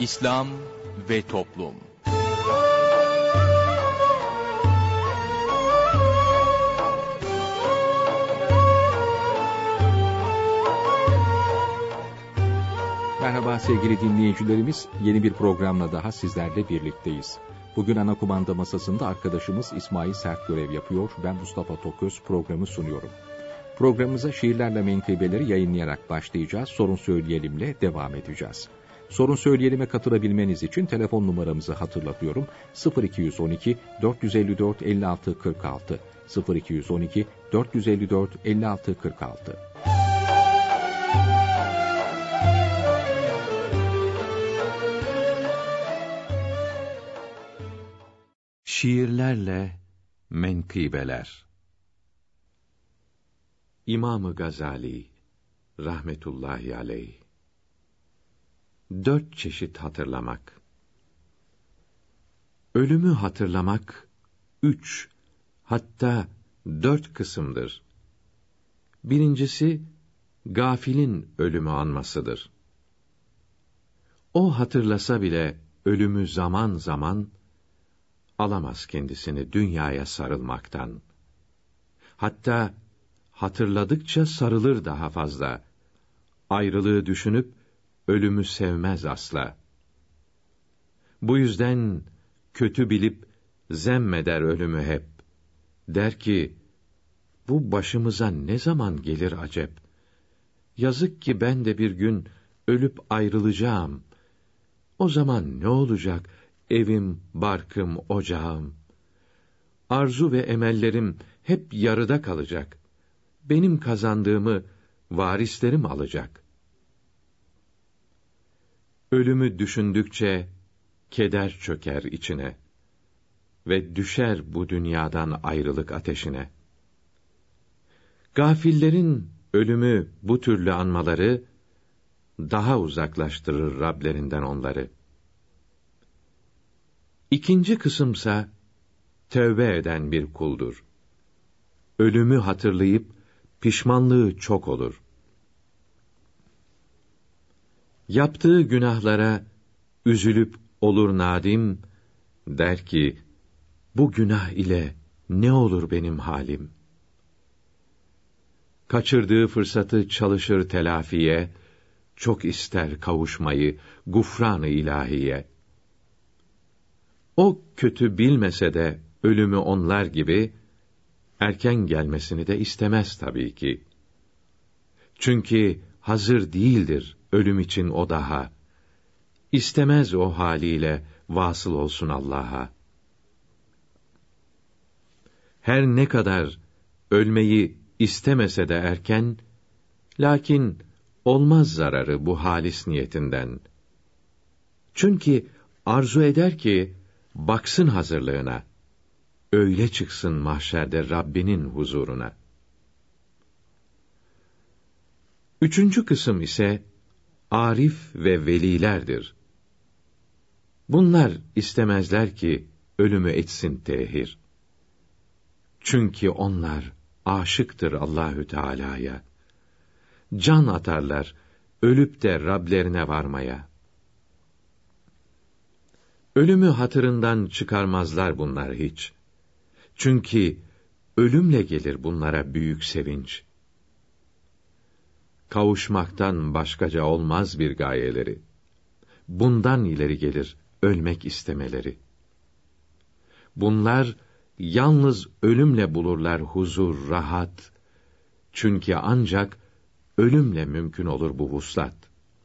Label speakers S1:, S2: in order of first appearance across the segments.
S1: İslam ve Toplum.
S2: Merhaba sevgili dinleyicilerimiz, yeni bir programla daha sizlerle birlikteyiz. Bugün ana kumanda masasında arkadaşımız İsmail Sert görev yapıyor, ben Mustafa Toköz programı sunuyorum. Programımıza şiirlerle menkıbeleri yayınlayarak başlayacağız, sorun söyleyelimle devam edeceğiz. Sorun söyleyelime katılabilmeniz için telefon numaramızı hatırlatıyorum. 0212 454 56 46 0212 454 56 46.
S3: Şiirlerle menkıbeler. İmam-ı Gazali rahmetullahi aleyh. 4 çeşit hatırlamak. Ölümü hatırlamak 3, hatta 4 kısımdır. Birincisi, gafilin ölümü anmasıdır. O hatırlasa bile ölümü zaman zaman alamaz kendisini dünyaya sarılmaktan. Hatta hatırladıkça sarılır daha fazla. Ayrılığı düşünüp ölümü sevmez asla. Bu yüzden kötü bilip zemmeder ölümü hep. Der ki, bu başımıza ne zaman gelir acep? Yazık ki ben de bir gün ölüp ayrılacağım. O zaman ne olacak evim, barkım, ocağım? Arzu ve emellerim hep yarıda kalacak. Benim kazandığımı varislerim alacak. Ölümü düşündükçe keder çöker içine ve düşer bu dünyadan ayrılık ateşine. Gafillerin ölümü bu türlü anmaları daha uzaklaştırır Rablerinden onları. İkinci kısımsa tövbe eden bir kuldur. Ölümü hatırlayıp pişmanlığı çok olur. Yaptığı günahlara üzülüp olur nadim, der ki, bu günah ile ne olur benim halim? Kaçırdığı fırsatı çalışır telafiye, çok ister kavuşmayı gufran-ı ilahiye. O kötü bilmese de ölümü onlar gibi, erken gelmesini de istemez tabii ki. Çünkü hazır değildir ölüm için o daha. İstemez o haliyle vasıl olsun Allah'a. Her ne kadar ölmeyi istemese de erken, lakin olmaz zararı bu halis niyetinden. Çünkü arzu eder ki baksın hazırlığına, öyle çıksın mahşerde Rabbinin huzuruna. Üçüncü kısım ise arif ve velilerdir. Bunlar istemezler ki ölümü etsin tehir. Çünkü onlar aşıktır Allahü Teala'ya. Can atarlar ölüp de Rablerine varmaya. Ölümü hatırından çıkarmazlar bunlar hiç. Çünkü ölümle gelir bunlara büyük sevinç. Kavuşmaktan başkaca olmaz bir gayeleri. Bundan ileri gelir ölmek istemeleri. Bunlar yalnız ölümle bulurlar huzur, rahat. Çünkü ancak ölümle mümkün olur bu vuslat.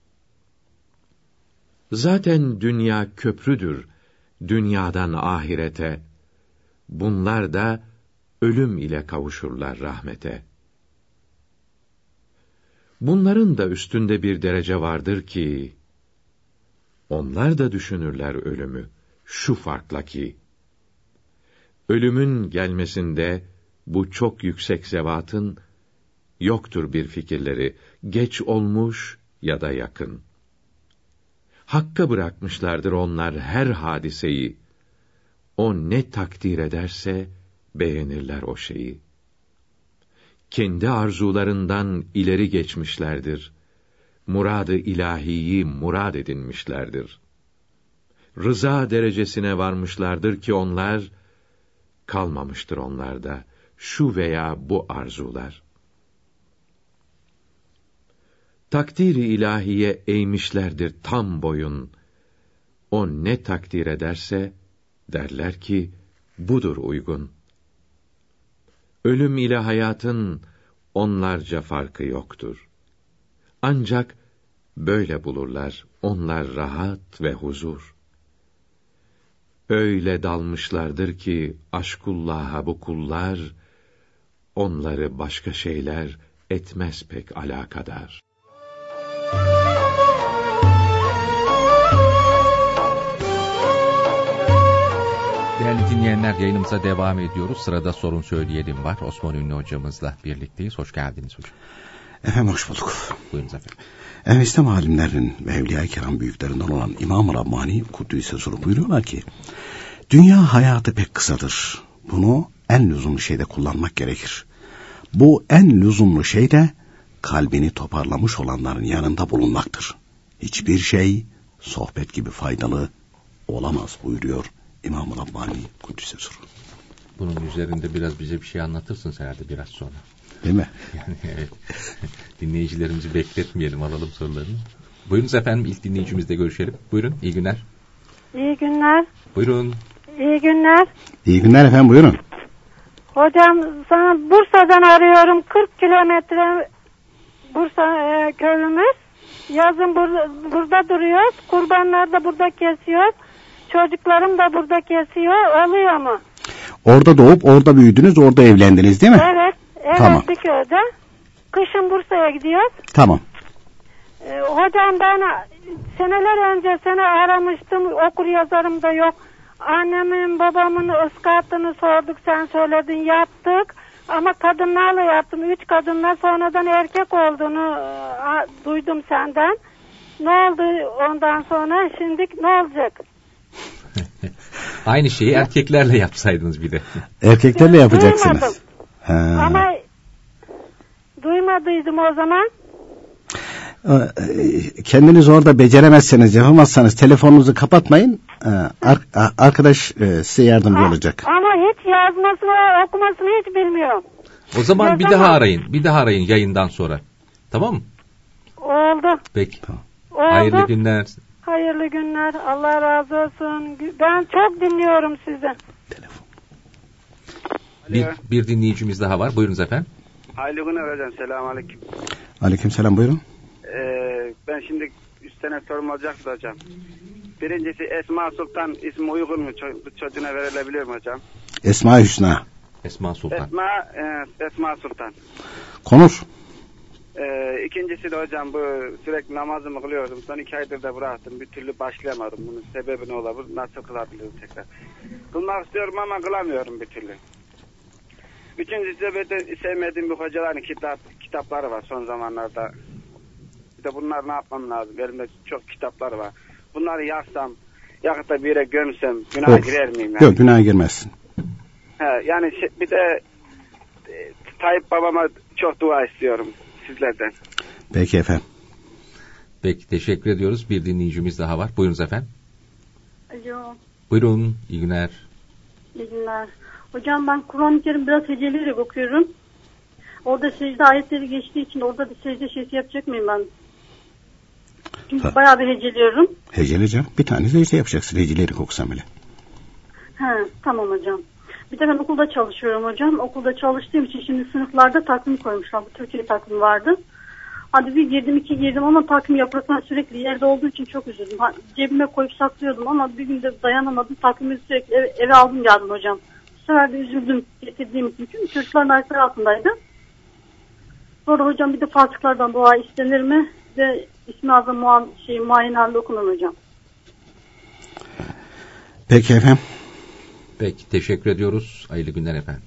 S3: Zaten dünya köprüdür, dünyadan ahirete. Bunlar da ölüm ile kavuşurlar rahmete. Bunların da üstünde bir derece vardır ki, onlar da düşünürler ölümü, şu farkla ki, ölümün gelmesinde bu çok yüksek zevatın, yoktur bir fikirleri, geç olmuş ya da yakın. Hakka bırakmışlardır onlar her hadiseyi, o ne takdir ederse, beğenirler o şeyi. Kendi arzularından ileri geçmişlerdir. Murad-ı ilahiyi murad edinmişlerdir. rıza derecesine varmışlardır ki onlar, kalmamıştır onlarda şu veya bu arzular. Takdiri ilahiye eğmişlerdir tam boyun. O ne takdir ederse, derler ki, budur uygun. Ölüm ile hayatın onlarca farkı yoktur. Ancak böyle bulurlar onlar rahat ve huzur. Öyle dalmışlardır ki aşkullah'a bu kullar, onları başka şeyler etmez pek alakadar.
S2: Değerli dinleyenler, yayınımıza devam ediyoruz. Sırada Sorun Söyleyelim var. Osman Ünlü hocamızla birlikteyiz. Hoş geldiniz hocam.
S4: Efendim hoş bulduk.
S2: Buyurunuz efendim.
S4: İslam alimlerinin ve Evliya-i Kiram büyüklerinden olan İmam-ı Rabbani Kuddüs'e soru buyuruyorlar ki, dünya hayatı pek kısadır. Bunu en lüzumlu şeyde kullanmak gerekir. Bu en lüzumlu şey de kalbini toparlamış olanların yanında bulunmaktır. Hiçbir şey sohbet gibi faydalı olamaz buyuruyor İmam-ı Rabbani Kuddüs'e soru.
S2: Bunun üzerinde biraz bize bir şey anlatırsınız herhalde biraz sonra.
S4: Değil mi?
S2: Yani evet. Dinleyicilerimizi bekletmeyelim, alalım sorularını. Buyurunuz efendim, ilk dinleyicimizle görüşelim. Buyurun, iyi günler.
S5: İyi günler.
S2: Buyurun.
S5: İyi günler.
S4: İyi günler efendim, buyurun.
S5: Hocam sana Bursa'dan arıyorum. 40 kilometre Bursa köyümüz. Yazın burada duruyoruz. Kurbanlar da burada kesiyoruz. Çocuklarım da burada kesiyor. Oluyor mu?
S4: Orada doğup orada büyüdünüz, orada evlendiniz değil mi?
S5: Evet. Evet,
S4: tamam.
S5: bir köyde. Kışın Bursa'ya gidiyoruz.
S4: Tamam.
S5: Hocam ben seneler önce seni aramıştım. Okur yazarım da yok. Annemin babamın ıskatını sorduk, sen söyledin, yaptık. Ama kadınlarla yaptım. 3 kadınla, sonradan erkek olduğunu duydum senden. Ne oldu ondan sonra? Şimdi ne olacak?
S2: Aynı şeyi erkeklerle yapsaydınız bir de.
S4: Erkeklerle yapacaksınız.
S5: Duymadım. Ama duymadıydım o zaman.
S4: Kendiniz orada beceremezseniz, yapamazsanız telefonunuzu kapatmayın. Arkadaş size yardımcı olacak.
S5: Ama hiç yazmasını, okumasını hiç bilmiyorum.
S2: O zaman bir daha arayın. Bir daha arayın yayından sonra. Tamam mı?
S5: Oldu.
S2: Peki.
S4: Tamam.
S5: Oldu.
S2: Hayırlı günler.
S5: Hayırlı günler. Allah razı olsun. Ben çok dinliyorum sizi.
S4: Telefon.
S2: Bir dinleyicimiz daha var. Buyurunuz efendim.
S6: Hayırlı günler hocam. Selamünaleyküm.
S4: Aleykümselam, buyurun.
S6: Ben şimdi 3 tane sorum olacaktı hocam. Birincisi, Esma Sultan ismi uygun mu? Çocuğuna verilebilir mi hocam?
S4: Esma Hüsna.
S2: Esma Sultan.
S6: Esma Sultan.
S4: Konuş.
S6: İkincisi de hocam, bu sürekli namazımı kılıyordum. Son 2 aydır da bıraktım. Bir türlü başlayamadım. Bunun sebebi ne olabilir? Nasıl kılabilirim tekrar? Kılmak istiyorum ama kılamıyorum bir türlü. Üçüncüsü de sevmediğim bir hocaların kitapları var son zamanlarda. Bir de bunlar ne yapmam lazım? Elimde çok kitaplar var. Bunları yazsam, yakıt da bir yere gömsem günaha girer miyim? Yani?
S4: Yok, günaha girmezsin.
S6: Yani bir de Tayyip babama çok dua istiyorum sizlerden.
S4: Peki efendim.
S2: Peki, teşekkür ediyoruz. Bir dinleyicimiz daha var. Buyurunuz efendim.
S7: Alo.
S2: Buyurun, iyi günler.
S7: İyi günler. Hocam ben Kur'an-ı Kerim biraz heceleyerek okuyorum. Orada secde ayetleri geçtiği için orada bir secde şeysi yapacak mıyım ben? Çünkü bayağı bir heceliyorum.
S4: Heceleyeceğim. Bir tane secde yapacaksın, heceleyerek okusan bile.
S7: Tamam hocam. Bir de ben okulda çalışıyorum hocam. Okulda çalıştığım için şimdi sınıflarda takvim koymuşlar. Bu Türkiye takvimi vardı. Hadi bir girdim, 2 girdim ama takvim yaprakları sürekli yerde olduğu için çok üzüldüm. Cebime koyup saklıyordum ama bir günde dayanamadım. Takvimi sürekli eve aldım geldim hocam. Bu sefer de üzüldüm getirdiğim için. Çünkü çocukların ayakları altındaydı. Sonra hocam bir de fasıklardan dua istenir mi? Ve İsmi Azam muayene halinde okunur hocam.
S4: Peki efendim.
S2: Peki, teşekkür ediyoruz. Hayırlı günler efendim.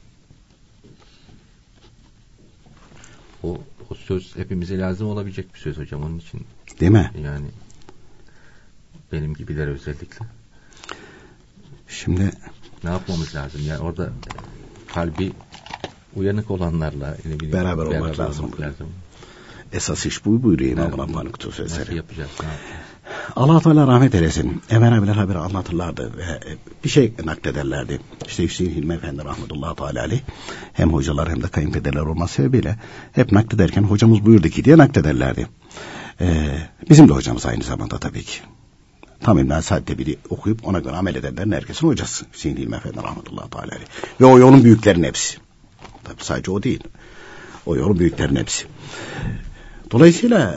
S2: O söz hepimize lazım olabilecek bir söz hocam, onun için.
S4: Değil mi?
S2: Yani benim gibiler özellikle.
S4: Şimdi
S2: ne yapmamız lazım? Yani orada kalbi uyanık olanlarla
S4: beraber olmak lazım. Esas iş bu buyuruyor İmam Rabbani Kutu Sözleri.
S2: Nasıl yapacağız?
S4: Allah Teala rahmet eylesin. Evvel haberi anlatırlardı ve bir şey naklederlerdi. İşte Hüseyin Hilmi Efendi rahmetullahi teala aleyh hem hocalar hem de kayınpederler olması sebebiyle hep naklederken hocamız buyurdu ki diye naklederlerdi. Bizim de hocamız aynı zamanda tabii ki. Tam İmam Saadet'te biri okuyup ona göre amel edenlerin herkesin hocası. Hüseyin Hilmi Efendi rahmetullahi teala aleyh. Ve o yolun büyüklerin hepsi. Tabii sadece o değil. O yolun büyüklerin hepsi. Dolayısıyla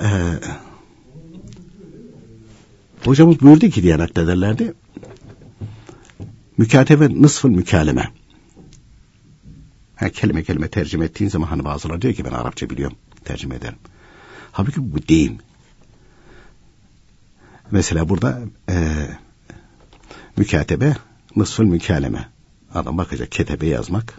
S4: hocamız buyurdu ki diye naklederlerdi. Mükatebe nısfıl mükaleme. Kelime kelime tercüme ettiğin zaman hani bazıları diyor ki ben Arapça biliyorum. Tercüme ederim. Halbuki bu deyim. Mesela burada mükatebe nısfıl mükaleme. Adam bakacak ketebe yazmak.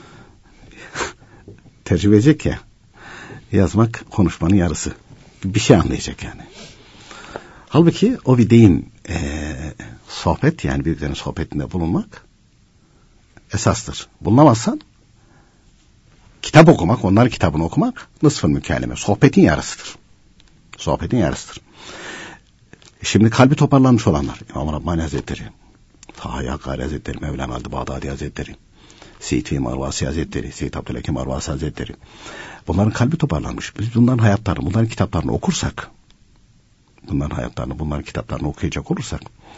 S4: Tercüme edecek ya. Yazmak konuşmanın yarısı. Bir şey anlayacak yani. Halbuki o bir deyim sohbet yani büyüklerin sohbetinde bulunmak esastır. Bulunamazsan kitap okumak, onların kitabını okumak nısfın mükaleme. Sohbetin yarısıdır. Sohbetin yarısıdır. Şimdi kalbi toparlanmış olanlar İmam Rabbani Hazretleri, Taha Hakkari Hazretleri, Mevlana Ali Bağdadi Hazretleri, Seyyid Fehmi Arvasi Hazretleri, Seyyid Abdülhakim Arvasi Hazretleri. Bunların kalbi toparlanmış. Biz bunların hayatlarını, bunların kitaplarını okursak, bunların hayatlarını, bunların kitaplarını okuyacak olursak,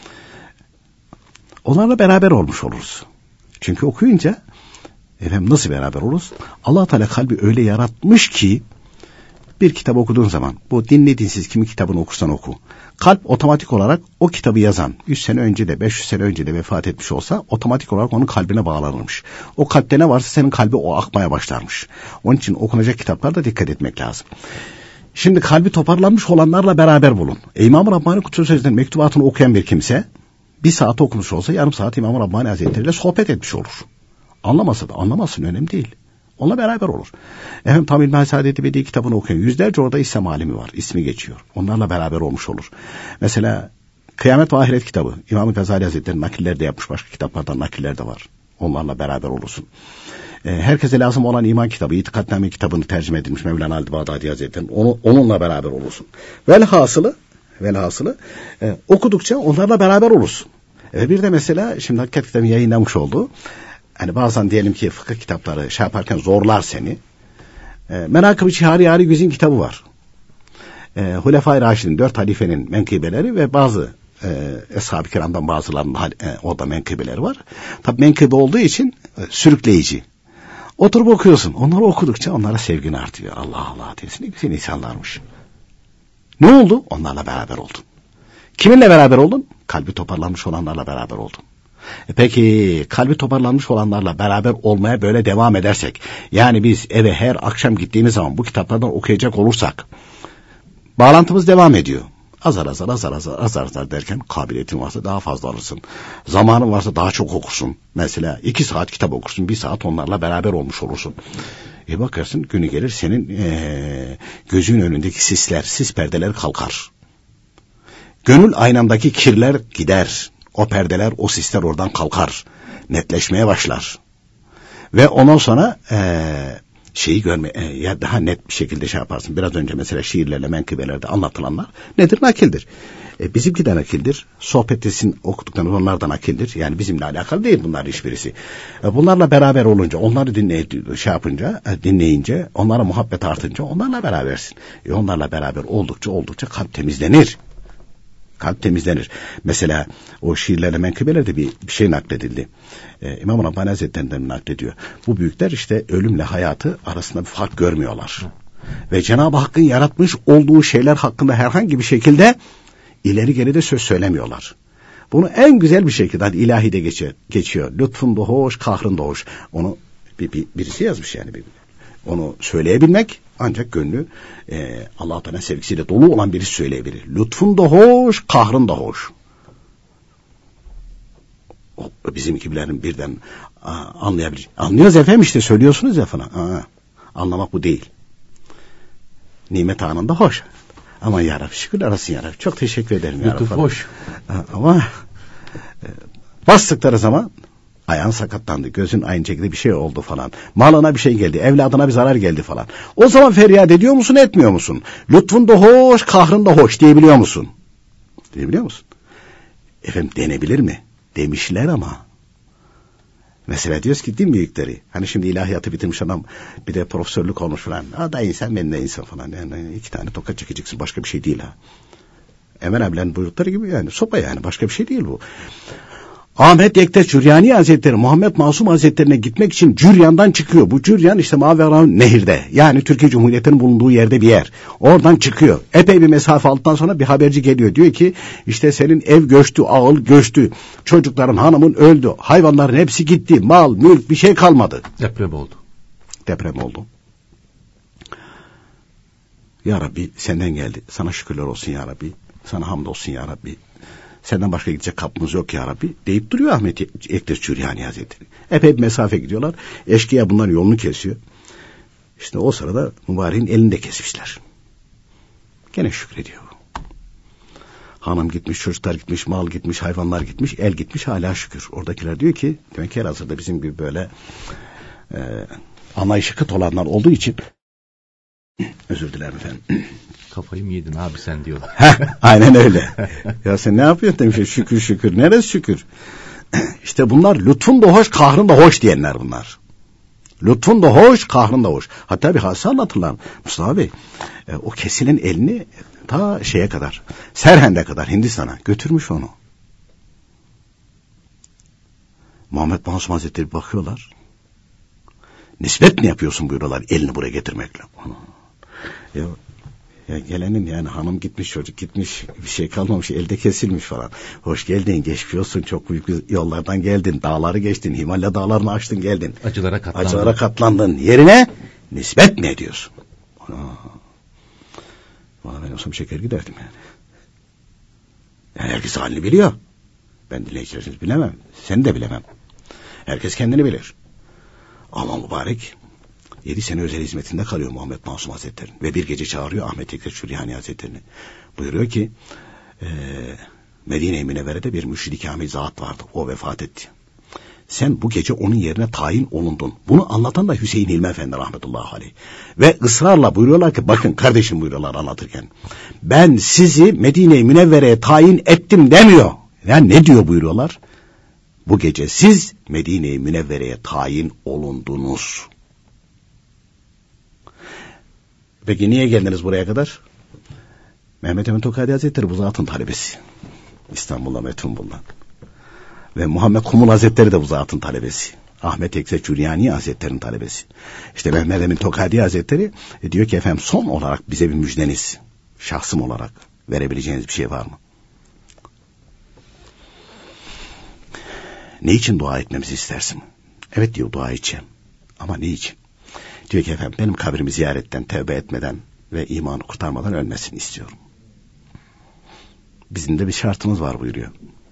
S4: onlarla beraber olmuş oluruz. Çünkü okuyunca, nasıl beraber oluruz? Allah Teala kalbi öyle yaratmış ki, bir kitap okuduğun zaman, bu dinlediğin siz kimin kitabını okursan oku. Kalp otomatik olarak o kitabı yazan, 100 sene önce de 500 sene önce de vefat etmiş olsa, otomatik olarak onun kalbine bağlanırmış. O kalpte ne varsa senin kalbi o akmaya başlarmış. Onun için okunacak kitaplarda dikkat etmek lazım. Şimdi kalbi toparlanmış olanlarla beraber bulun. İmam-ı Rabbani Kutsu Sözler'in mektubatını okuyan bir kimse, bir saat okumuş olsa yarım saat İmam-ı Rabbani Hazretleri ile sohbet etmiş olur. Anlamasa da anlamasın önemli değil. Onunla beraber olur. Tam İlmihal Saadet Ebedi kitabını okuyan yüzlerce orada İslam alimi var. İsmi geçiyor. Onlarla beraber olmuş olur. Mesela Kıyamet ve Ahiret kitabı. İmam-ı Gazali Hazretleri nakiller de yapmış. Başka kitaplardan nakiller de var. Onlarla beraber olursun. Herkese lazım olan iman kitabı, İtikadname kitabını tercüme edilmiş Mevlana Ali Bağdadi Hazretleri. Onunla beraber olursun. Velhasılı okudukça onlarla beraber olursun. Bir de mesela şimdi Hakikat kitabı yayınlamış oldu. Hani bazen diyelim ki fıkıh kitapları yaparken zorlar seni. Menakıb-ı Çihari Güzin kitabı var. Hulefai Raşid'in 4 halifenin menkıbeleri ve bazı Eshab-ı Kiram'dan bazılarının orada menkıbeleri var. Tabi menkıbe olduğu için sürükleyici. Oturup okuyorsun. Onları okudukça onlara sevgin artıyor. Allah Allah diyorsun. Ne güzel insanlarmış. Ne oldu? Onlarla beraber oldun. Kiminle beraber oldun? Kalbi toparlanmış olanlarla beraber oldun. Peki kalbi toparlanmış olanlarla beraber olmaya böyle devam edersek, yani biz eve her akşam gittiğimiz zaman bu kitaplardan okuyacak olursak, bağlantımız devam ediyor. Azar derken kabiliyetin varsa daha fazla alırsın. Zamanın varsa daha çok okursun. Mesela 2 saat kitap okursun, 1 saat onlarla beraber olmuş olursun. Bakarsın günü gelir senin gözün önündeki sis perdeler kalkar. Gönül aynandaki kirler gider. O perdeler, o sisler oradan kalkar. Netleşmeye başlar. Ve ondan sonra şeyi ya daha net bir şekilde yaparsın. Biraz önce mesela şiirlerle, menkıbelerde anlatılanlar nedir? Nakildir. Bizimki de nakildir. Sohbettesin okuduklarımız onlardan nakildir. Yani bizimle alakalı değil bunlar hiçbirisi. Bunlarla beraber olunca, onları dinleyince, onlara muhabbet artınca onlarla berabersin. Onlarla beraber oldukça kalp temizlenir. Kalp temizlenir. Mesela o şiirlerle menkıbelerde bir şey nakledildi. İmam Rabbani Hazretleri'nden naklediyor. Bu büyükler işte ölümle hayatı arasında bir fark görmüyorlar. Ve Cenab-ı Hakk'ın yaratmış olduğu şeyler hakkında herhangi bir şekilde ileri geri de söz söylemiyorlar. Bunu en güzel bir şekilde hani ilahide geçiyor. Lütfun da hoş, kahrın da hoş. Onu birisi yazmış yani. Onu söyleyebilmek ancak gönlü Allah-u Teala sevgisiyle dolu olan birisi söyleyebilir. Lütfun da hoş, kahrın da hoş. Bizim gibilerin birden anlayabilir. Anlıyoruz efendim işte söylüyorsunuz ya falan. Anlamak bu değil. Nimet anında hoş. Ama ya Rabbi şükürler olsun ya Rabbi. Çok teşekkür ederim ya Rabbi. Lütuf hoş. Ama bastıkları zaman ayağın sakatlandı, gözün aynı şekilde bir şey oldu falan. Malına bir şey geldi, evladına bir zarar geldi falan. O zaman feryat ediyor musun, etmiyor musun? Lütfun da hoş, kahrın da hoş diyebiliyor musun? Biliyor musun? Efendim denebilir mi? Demişler ama. Mesela diyoruz ki din büyükleri. Hani şimdi ilahiyatı bitirmiş adam bir de profesörlük olmuş falan. Da insan ben de insan falan. Yani 2 tane tokat çekeceksin, başka bir şey değil ha. Emel abilerin buyrukları gibi yani sopa, yani başka bir şey değil bu. Ahmet Yektes Süryani Hazretleri Muhammed Masum Hazretlerine gitmek için Cüryan'dan çıkıyor. Bu Cüryan işte Mavi Nehir'de, yani Türkiye Cumhuriyeti'nin bulunduğu yerde bir yer. Oradan çıkıyor. Epey bir mesafe aldıktan sonra bir haberci geliyor. Diyor ki işte senin ev göçtü, ağıl göçtü. Çocukların, hanımın öldü. Hayvanların hepsi gitti. Mal, mülk, bir şey kalmadı.
S2: Deprem oldu.
S4: Deprem oldu. Ya Rabbi senden geldi. Sana şükürler olsun ya Rabbi. Sana hamdolsun ya Rabbi. Senden başka gidecek kapımız yok ya Rabbi deyip duruyor Ahmet Yektes Süryani Hazretleri. Epey bir mesafe gidiyorlar. Eşkıya bunların yolunu kesiyor. İşte o sırada mübareğin elini de kesmişler. Gene şükrediyor. Hanım gitmiş, çocuklar gitmiş, mal gitmiş, hayvanlar gitmiş, el gitmiş, hala şükür. Oradakiler diyor ki demek ki herhasırda bizim gibi böyle anlayışı kıt olanlar olduğu için özür dilerim efendim.
S2: Kafayı mı yedin abi sen diyorlar.
S4: Aynen öyle. Ya sen ne yapıyorsun demiş. Şükür şükür. Neresi şükür? İşte bunlar lütfun da hoş, kahrın da hoş diyenler bunlar. Lütfun da hoş, kahrın da hoş. Hatta bir hadise anlatırlar. Mustafa Bey o kesilen elini ta şeye kadar, Serhend'e kadar, Hindistan'a götürmüş onu. Muhammed Masum Hazretleri bakıyorlar. Nispet mi yapıyorsun buyuruyorlar elini buraya getirmekle. Ya gelenin yani hanım gitmiş, çocuk gitmiş, bir şey kalmamış, elde kesilmiş falan. Hoş geldin, geçmiş olsun, çok büyük yollardan geldin, dağları geçtin, Himalaya dağlarını aştın geldin. Acılara katlandın. Yerine nispet mi ediyorsun? Valla ben olsam şeker giderdim yani. Yani herkes halini biliyor. Ben dinleyicileriniz bilemem, seni de bilemem. Herkes kendini bilir. Ama mübarek 7 sene özel hizmetinde kalıyor Muhammed Masum Hazretleri. Ve bir gece çağırıyor Ahmet Yektes Süryani Hazretleri'ni. Buyuruyor ki Medine-i Münevvere'de bir mürşid-i kamil zat vardı. O vefat etti. Sen bu gece onun yerine tayin olundun. Bunu anlatan da Hüseyin İlmi Efendi rahmetullahi aleyh. Ve ısrarla buyuruyorlar ki bakın kardeşim buyuruyorlar anlatırken. Ben sizi Medine-i Münevvere'ye tayin ettim demiyor. Yani ne diyor buyuruyorlar? Bu gece siz Medine-i Münevvere'ye tayin olundunuz. Peki niye geldiniz buraya kadar? Mehmet Emin Tokadi Hazretleri bu zatın talebesi. İstanbul'da Metunbul'dan. Ve Muhammed Kumul Hazretleri de bu zatın talebesi. Ahmet Yektes Süryani Hazretleri'nin talebesi. İşte Mehmet Emin Tokadi Hazretleri diyor ki efendim son olarak bize bir müjdeniz, şahsım olarak verebileceğiniz bir şey var mı? Ne için dua etmemizi istersin? Evet diyor, dua edeceğim. Ama ne için? Diyor ki efendim benim kabrimi ziyaretten, tevbe etmeden ve imanı kurtarmadan ölmesini istiyorum. Bizim de bir şartımız var buyuruyor.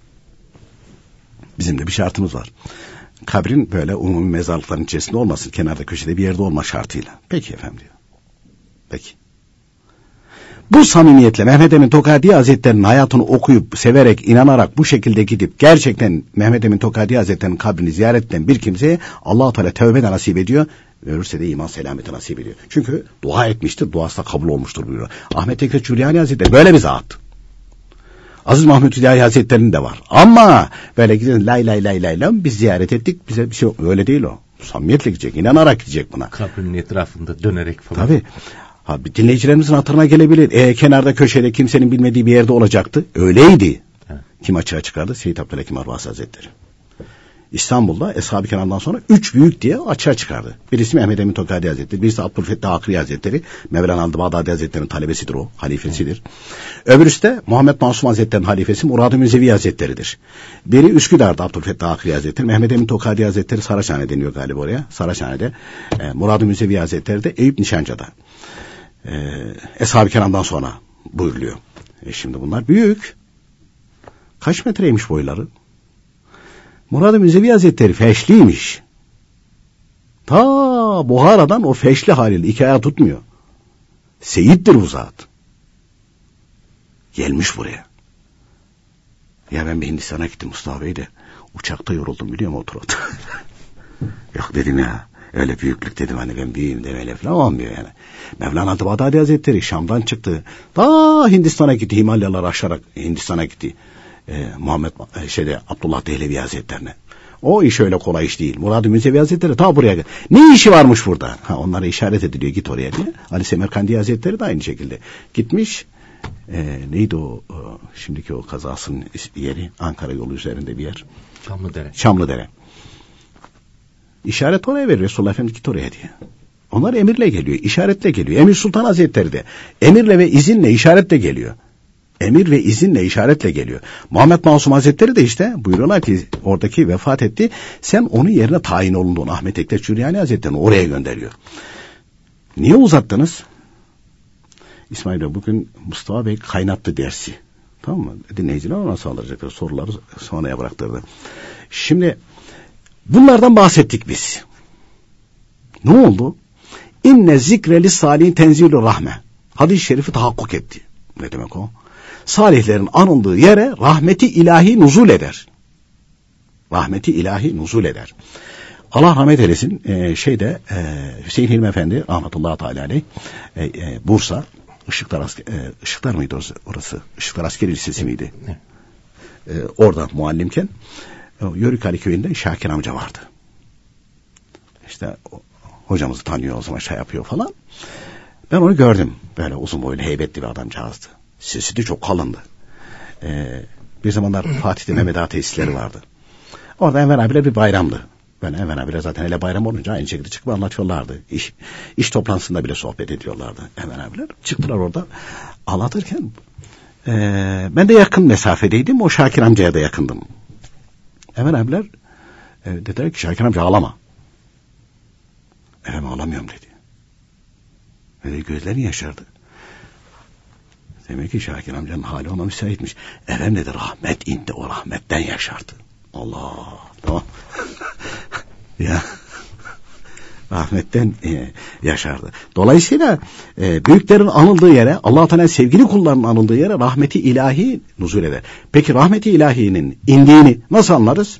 S4: Bizim de bir şartımız var. Kabrin böyle umumi mezarlıkların içerisinde olmasın, kenarda köşede bir yerde olma şartıyla. Peki efendim diyor. Peki. Bu samimiyetle Mehmet Emin Tokadi Hazretleri'nin hayatını okuyup, severek, inanarak bu şekilde gidip gerçekten Mehmet Emin Tokadi Hazretleri'nin kabrini ziyaret eden bir kimseye Allah-u Teala tevbe de nasip ediyor. Ölürse de iman selameti nasip ediyor. Çünkü dua etmiştir, duası da kabul olmuştur buyuruyor. Ahmet Yektes Süryani Hazretleri böyle bir zat. Aziz Mahmud Hüdayi Hazretleri'nin de var. Ama böyle gidin lay lay lay lay lay biz ziyaret ettik, bize bir şey yok. Öyle değil o. Samimiyetle gidecek, inanarak gidecek buna.
S2: Kabrinin etrafında dönerek falan.
S4: Tabii. Abi dinleyicilerimizin hatırına gelebilir. Kenarda köşede kimsenin bilmediği bir yerde olacaktı. Öyleydi.
S2: He.
S4: Kim açığa çıkardı? Seyyid Abdülhakim Arvasi Hazretleri. İstanbul'da Eshab-ı Kiram'dan sonra 3 büyük diye açığa çıkardı. Birisi Mehmet Emin Tokadi Hazretleri, birisi Abdülfettah Akri Hazretleri, Mevlana Bağdadi Hazretleri'nin talebesidir o, halifesidir. Öbürüsü de Muhammed Masum Hazretleri'nin halifesi Murad-ı Münzevi Hazretleri'dir. Biri Üsküdar'da Abdülfettah Akri Hazretleri, Mehmet Emin Tokadi Hazretleri Saraçhane deniyor galiba oraya. Saraçhane'de, Murad-ı Münzevi Hazretleri de Eyüp Nişancı'da. Eshab-ı Kiram'dan sonra buyuruluyor. Şimdi bunlar büyük. Kaç metreymiş boyları? Murad-ı Münzevi Hazretleri feşliymiş. Ta Buhara'dan o feşli haliyle 2 ayağı tutmuyor. Seyittir bu zat. Gelmiş buraya. Ya ben bir Hindistan'a gittim Mustafa Bey de uçakta yoruldum biliyor musun otur. Yok dedim ya. Öyle büyüklük dedim hani ben büyüğüm demeyle falan olmuyor yani. Mevlana Bağdadi Hazretleri Şam'dan çıktı. Ta Hindistan'a gitti. Himalyalar aşarak Hindistan'a gitti. Abdullah Dehlevi Hazretlerine. O iş öyle kolay iş değil. Murad-ı Münzevi Hazretleri ta buraya geldi. Ne işi varmış burada? Onlara işaret ediliyor git oraya diye. Ali Semerkandi Hazretleri de aynı şekilde. Gitmiş. Neydi o şimdiki o kazasının yeri? Ankara yolu üzerinde bir yer. Çamlıdere. İşaret oraya veriyor. Resulullah Efendimiz git oraya diye. Onlar emirle geliyor. İşaretle geliyor. Emir Sultan Hazretleri de emirle ve izinle işaretle geliyor. Emir ve izinle işaretle geliyor. Muhammed Masum Hazretleri de işte buyuruyorlar ki oradaki vefat etti. Sen onun yerine tayin olunduğun Ahmet Ekler Çüryani Hazretleri'ni oraya gönderiyor. Niye uzattınız? İsmail Bey bugün Mustafa Bey kaynattı dersi. Tamam mı? Dinleyiciler ona sağlayacaklar. Soruları sonraya bıraktırdı. Şimdi bunlardan bahsettik biz. Ne oldu? İnne zikreli salihin tenzilü rahme. Hadis-i şerifi tahakkuk etti. Ne demek o? Salihlerin anıldığı yere rahmeti ilahi nuzul eder. Rahmeti ilahi nuzul eder. Allah rahmet eylesin. Hüseyin Hilmi Efendi rahmetullahi teala aleyh Bursa Işıklar mıydı orası? Işıklar Askeri Lisesi miydi? Orada muallimken Yörük Ali köyünde Şakir amca vardı. İşte hocamızı tanıyor o zaman yapıyor falan. Ben onu gördüm. Böyle uzun boylu heybetli bir adamcağızdı. Sesi de çok kalındı. Bir zamanlar Fatih'te Mehmet Ağa tesisleri vardı. Orada Enver abiler bir bayramdı. Böyle Enver abiler zaten hele bayram olunca aynı şekilde çıkıp anlatıyorlardı. İş toplantısında bile sohbet ediyorlardı Enver abiler. Çıktılar orada anlatırken ben de yakın mesafedeydim. O Şakir amcaya da yakındım. Enver abiler dediler ki Şakir amca ağlama. Efendim ağlamıyorum dedi. Öyle gözlerini yaşardı. Demek ki Şakir amcanın hali ona müsaitmiş. Efendim dedi rahmet indi, o rahmetten yaşardı. Allah, tamam. Ya rahmetten yaşardı. Dolayısıyla büyüklerin anıldığı yere, Allah-u Teala sevgili kullarının anıldığı yere rahmeti ilahi nuzul eder. Peki rahmeti ilahinin indiğini nasıl anlarız?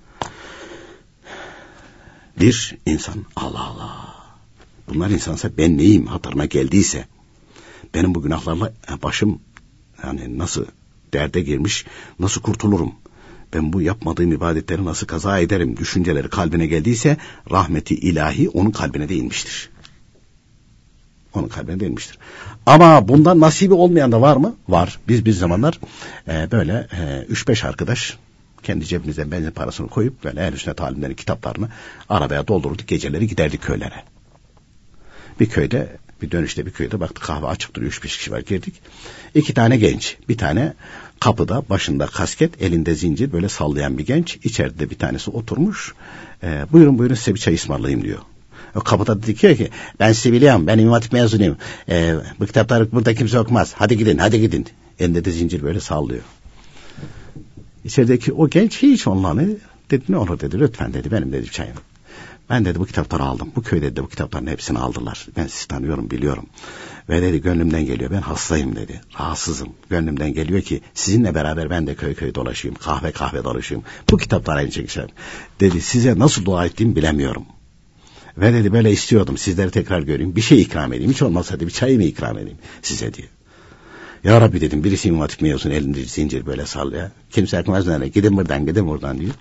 S4: Bir insan Allah Allah. Bunlar insansa ben neyim hatırına geldiyse, benim bu günahlarla başım yani nasıl derde girmiş, nasıl kurtulurum? Ben bu yapmadığım ibadetleri nasıl kaza ederim? Düşünceleri kalbine geldiyse rahmeti ilahi onun kalbine de inmiştir. Onun kalbine de inmiştir. Ama bundan nasibi olmayan da var mı? Var. Biz bir zamanlar böyle 3-5 arkadaş kendi cebimizden benzin parasını koyup böyle ehl-i sünnet alimlerin kitaplarını arabaya doldururduk. Geceleri giderdik köylere. Bir köyde, bir dönüşte bir köyde baktık kahve açık duruyor. 3-5 kişi var, girdik. 2 tane genç, bir tane kapıda başında kasket, elinde zincir böyle sallayan bir genç. İçeride bir tanesi oturmuş. Buyurun size bir çay ısmarlayayım diyor. O kapıda diyor ki ben sizi biliyorum, ben İmam Hatip mezunuyum. Bu kitapları burada kimse okumaz. Hadi gidin. Elinde de zincir böyle sallıyor. İçerideki o genç hiç onlarla dedi, ne olur dedi, lütfen dedi, benim dedi çayım. Ben dedi bu kitapları aldım. Bu köyde de bu kitapların hepsini aldılar. Ben sizi tanıyorum, biliyorum. Ve dedi gönlümden geliyor. Ben hastayım dedi. Rahatsızım. Gönlümden geliyor ki sizinle beraber ben de köy dolaşayım. Kahve dolaşayım. Bu kitaplar aynı şekilde. Dedi size nasıl dua ettiğimi bilemiyorum. Ve dedi böyle istiyordum. Sizleri tekrar göreyim. Bir şey ikram edeyim. Hiç olmazsa bir çayımı ikram edeyim size diyor. Ya Rabbi dedim, birisi İmam Hatip mezunu, elinde zincir böyle sallıyor. Kimse akmaz nereye. Gidin buradan diyor.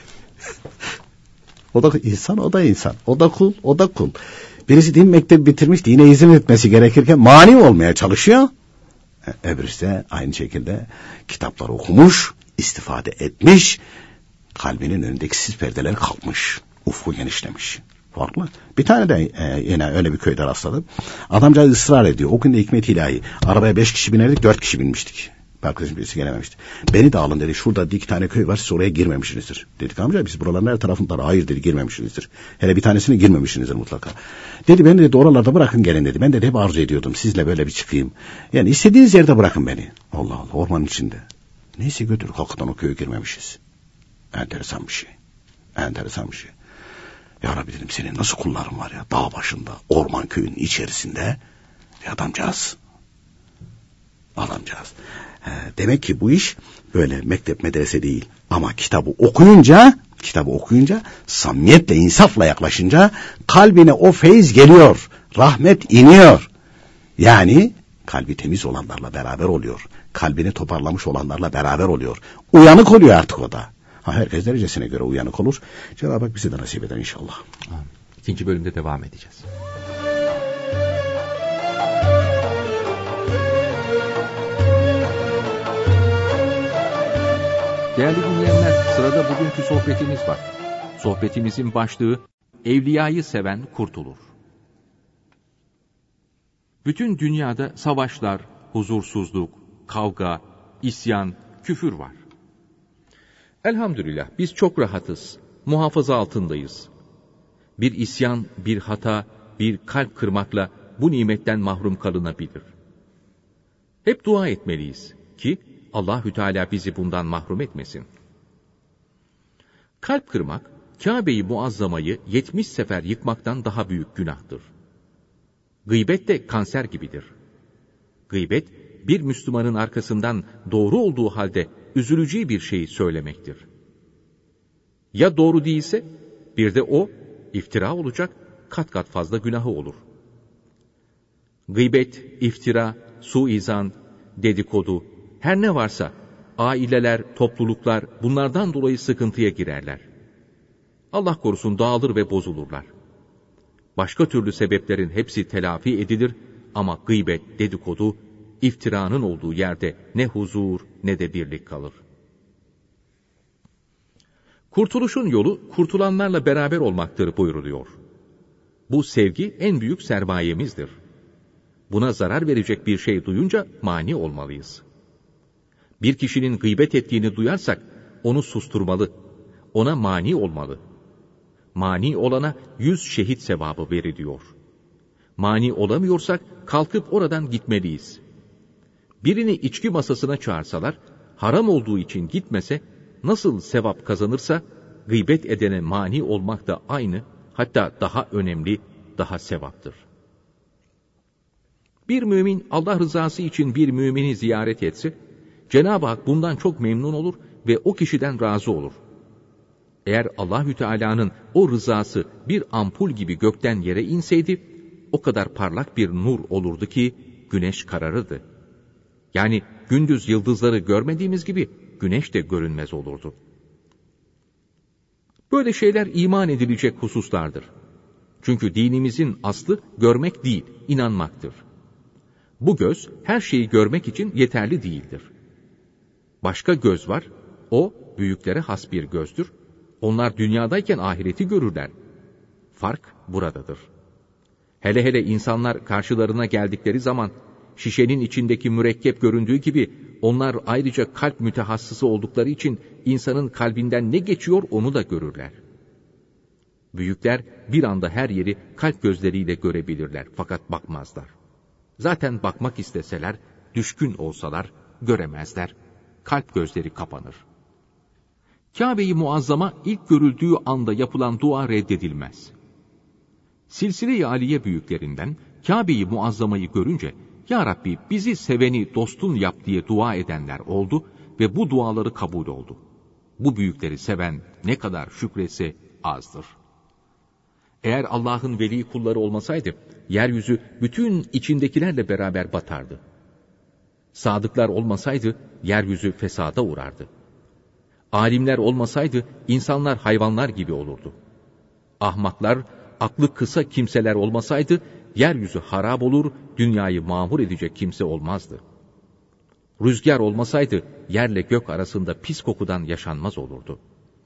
S4: O da insan. O da kul. Birisi din mektebi bitirmiş, dine hizmet etmesi gerekirken mani olmaya çalışıyor. Öbürüsü de aynı şekilde kitapları okumuş, istifade etmiş, kalbinin önündeki sis perdeleri kalkmış, ufku genişlemiş. Farklı. Bir tane de yine öyle bir köyde rastladım. Adamcağız ısrar ediyor. O gün de hikmet ilahi. Arabaya 5 kişi binerdik, 4 kişi binmiştik. Arkadaşım birisi gelememişti. Beni de alın dedi. Şurada 2 tane köy var. Siz oraya girmemişsinizdir. Dedik amca biz buraların her tarafında. Hayır dedi, girmemişsinizdir. Hele bir tanesine girmemişsinizdir mutlaka. Dedi beni dedi oralarda bırakın gelin dedi. Ben de hep arzu ediyordum. Sizle böyle bir çıkayım. Yani istediğiniz yerde bırakın beni. Allah Allah, ormanın içinde. Neyse götür. Hakikaten o köye girmemişiz. Enteresan bir şey. Ya Rabbi dedim, senin nasıl kulların var ya. Dağ başında, orman köyünün içerisinde. Bir adamcağız. Adamcağız. Demek ki bu iş böyle mektep medrese değil. Ama kitabı okuyunca, samimiyetle, insafla yaklaşınca kalbine o feyiz geliyor. Rahmet iniyor. Yani kalbi temiz olanlarla beraber oluyor. Kalbini toparlamış olanlarla beraber oluyor. Uyanık oluyor artık o da. Herkes derecesine göre uyanık olur. Cenab-ı Hak bize de nasip eder inşallah.
S2: İkinci bölümde devam edeceğiz. Değerli dinleyenler, sırada bugünkü sohbetimiz var. Sohbetimizin başlığı, Evliyayı seven kurtulur. Bütün dünyada savaşlar, huzursuzluk, kavga, isyan, küfür var. Elhamdülillah biz çok rahatız, muhafaza altındayız. Bir isyan, bir hata, bir kalp kırmakla bu nimetten mahrum kalınabilir. Hep dua etmeliyiz ki Allahü Teala bizi bundan mahrum etmesin. Kalp kırmak, Kâbe-i Muazzama'yı 70 sefer yıkmaktan daha büyük günahtır. Gıybet de kanser gibidir. Gıybet, bir Müslümanın arkasından doğru olduğu halde üzüleceği bir şeyi söylemektir. Ya doğru değilse, bir de o, iftira olacak, kat kat fazla günahı olur. Gıybet, iftira, suizan, dedikodu, her ne varsa, aileler, topluluklar bunlardan dolayı sıkıntıya girerler. Allah korusun dağılır ve bozulurlar. Başka türlü sebeplerin hepsi telafi edilir ama gıybet, dedikodu, iftiranın olduğu yerde ne huzur ne de birlik kalır. Kurtuluşun yolu kurtulanlarla beraber olmaktır buyuruluyor. Bu sevgi en büyük sermayemizdir. Buna zarar verecek bir şey duyunca mani olmalıyız. Bir kişinin gıybet ettiğini duyarsak onu susturmalı, ona mani olmalı. Mani olana 100 şehit sevabı veriliyor. Mani olamıyorsak kalkıp oradan gitmeliyiz. Birini içki masasına çağırsalar, haram olduğu için gitmese, nasıl sevap kazanırsa, gıybet edene mani olmak da aynı, hatta daha önemli, daha sevaptır. Bir mümin Allah rızası için bir mümini ziyaret etse, Cenab-ı Hak bundan çok memnun olur ve o kişiden razı olur. Eğer Allahü Teala'nın o rızası bir ampul gibi gökten yere inseydi, o kadar parlak bir nur olurdu ki güneş kararırdı. Yani gündüz yıldızları görmediğimiz gibi güneş de görünmez olurdu. Böyle şeyler iman edilecek hususlardır. Çünkü dinimizin aslı görmek değil, inanmaktır. Bu göz her şeyi görmek için yeterli değildir. Başka göz var, o büyüklere has bir gözdür. Onlar dünyadayken ahireti görürler. Fark buradadır. Hele hele insanlar karşılarına geldikleri zaman, şişenin içindeki mürekkep göründüğü gibi, onlar ayrıca kalp mütehassısı oldukları için insanın kalbinden ne geçiyor onu da görürler. Büyükler bir anda her yeri kalp gözleriyle görebilirler fakat bakmazlar. Zaten bakmak isteseler, düşkün olsalar göremezler. Kalp gözleri kapanır. Kâbe-i Muazzama ilk görüldüğü anda yapılan dua reddedilmez. Silsile-i Aliye büyüklerinden Kâbe-i Muazzama'yı görünce, Ya Rabbi bizi seveni dostun yap diye dua edenler oldu ve bu duaları kabul oldu. Bu büyükleri seven ne kadar şükretse azdır. Eğer Allah'ın veli kulları olmasaydı, yeryüzü bütün içindekilerle beraber batardı. Sadıklar olmasaydı, yeryüzü fesada uğrardı. Alimler olmasaydı, insanlar hayvanlar gibi olurdu. Ahmaklar, aklı kısa kimseler olmasaydı, yeryüzü harap olur, dünyayı mamur edecek kimse olmazdı. Rüzgar olmasaydı, yerle gök arasında pis kokudan yaşanmaz olurdu.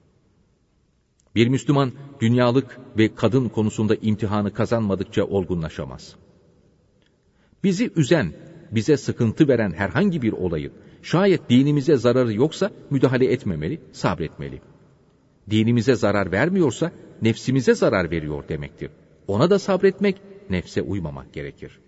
S2: Bir Müslüman, dünyalık ve kadın konusunda imtihanı kazanmadıkça olgunlaşamaz. Bizi üzen, bize sıkıntı veren herhangi bir olayı, şayet dinimize zararı yoksa müdahale etmemeli, sabretmeli. Dinimize zarar vermiyorsa, nefsimize zarar veriyor demektir. Ona da sabretmek, nefse uymamak gerekir.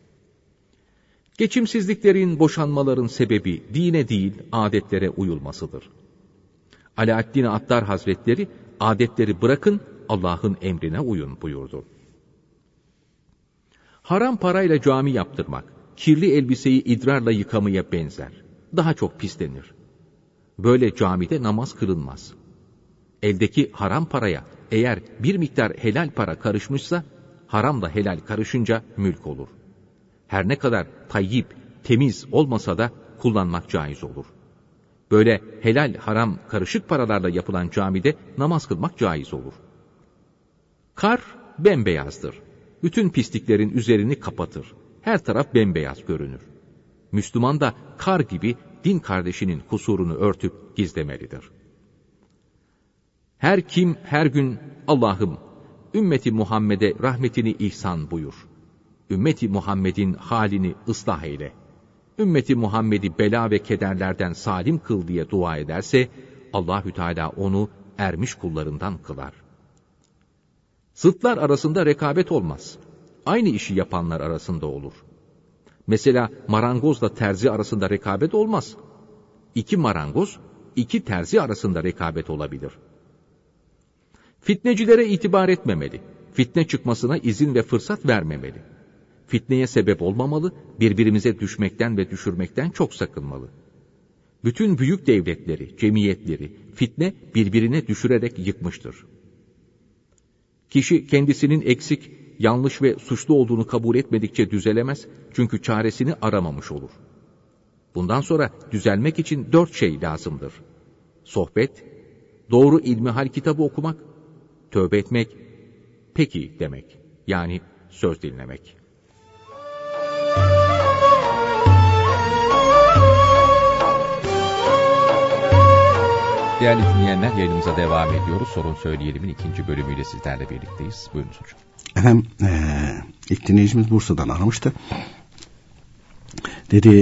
S2: Geçimsizliklerin, boşanmaların sebebi dine değil, adetlere uyulmasıdır. Alaaddin Attar Hazretleri, adetleri bırakın, Allah'ın emrine uyun buyurdu. Haram parayla cami yaptırmak, kirli elbiseyi idrarla yıkamaya benzer. Daha çok pislenir. Böyle camide namaz kılınmaz. Eldeki haram paraya eğer bir miktar helal para karışmışsa, haramla helal karışınca mülk olur. Her ne kadar tayyip, temiz olmasa da kullanmak caiz olur. Böyle helal haram karışık paralarla yapılan camide namaz kılmak caiz olur. Kar bembeyazdır. Bütün pisliklerin üzerini kapatır. Her taraf bembeyaz görünür. Müslüman da kar gibi din kardeşinin kusurunu örtüp gizlemelidir. Her kim her gün Allah'ım ümmeti Muhammed'e rahmetini ihsan buyur. Ümmeti Muhammed'in halini ıslah eyle. Ümmeti Muhammed'i bela ve kederlerden salim kıl diye dua ederse Allahü Teala onu ermiş kullarından kılar. Zıtlar arasında rekabet olmaz. Aynı işi yapanlar arasında olur. Mesela marangozla terzi arasında rekabet olmaz. İki marangoz, iki terzi arasında rekabet olabilir. Fitnecilere itibar etmemeli. Fitne çıkmasına izin ve fırsat vermemeli. Fitneye sebep olmamalı, birbirimize düşmekten ve düşürmekten çok sakınmalı. Bütün büyük devletleri, cemiyetleri fitne birbirine düşürerek yıkmıştır. Kişi kendisinin eksik, yanlış ve suçlu olduğunu kabul etmedikçe düzelemez, çünkü çaresini aramamış olur. Bundan sonra düzelmek için 4 şey lazımdır. Sohbet, doğru ilmihal kitabı okumak, tövbe etmek, peki demek, yani söz dinlemek.
S1: Değerli dinleyenler, yayınımıza devam ediyoruz. Sorun Söyleyelim'in 2. bölümüyle sizlerle birlikteyiz. Buyurunuz hocam.
S4: Efendim, ilk dinleyicimiz Bursa'dan aramıştı. Dedi,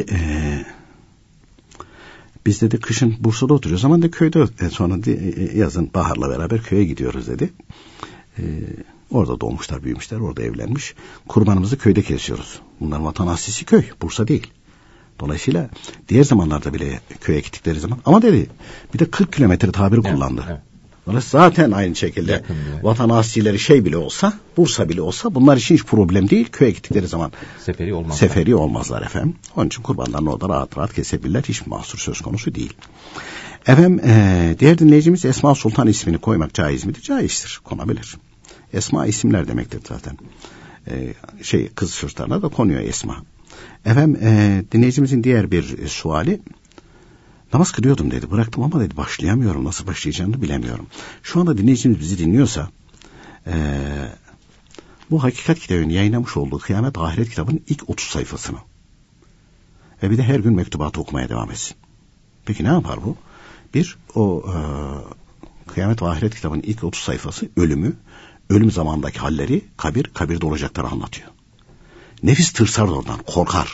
S4: biz dedi kışın Bursa'da oturuyoruz ama de köyde sonra yazın baharla beraber köye gidiyoruz dedi. Orada doğmuşlar, büyümüşler, orada evlenmiş. Kurbanımızı köyde kesiyoruz. Bunların vatan aslisi köy, Bursa değil. Dolayısıyla diğer zamanlarda bile köye gittikleri zaman, ama dedi bir de 40 kilometre tabiri kullandı. Evet. Dolayısıyla zaten aynı şekilde vatan aslileri şey bile olsa, Bursa bile olsa bunlar için hiç problem değil. Köye gittikleri zaman seferi olmazlar efendim. Onun için kurbanlarını orada rahat rahat kesebilirler. Hiç mahsur söz konusu değil. Efendim, diğer dinleyicimiz Esma Sultan ismini koymak caiz midir? Caizdir, konabilir. Esma isimler demektir zaten. Kız çocuklarına da konuyor Esma. Efendim, dinleyicimizin diğer bir suali, namaz kılıyordum dedi, bıraktım ama dedi başlayamıyorum, nasıl başlayacağını bilemiyorum. Şu anda dinleyicimiz bizi dinliyorsa, bu Hakikat kitabının yayınlamış olduğu Kıyamet Ahiret kitabının ilk 30 sayfasını ve bir de her gün mektubatı okumaya devam etsin. Peki ne yapar bu? Bir, o Kıyamet Ahiret kitabının ilk 30 sayfası ölüm zamanındaki halleri, kabirde olacakları anlatıyor. Nefis tırsar oradan, korkar.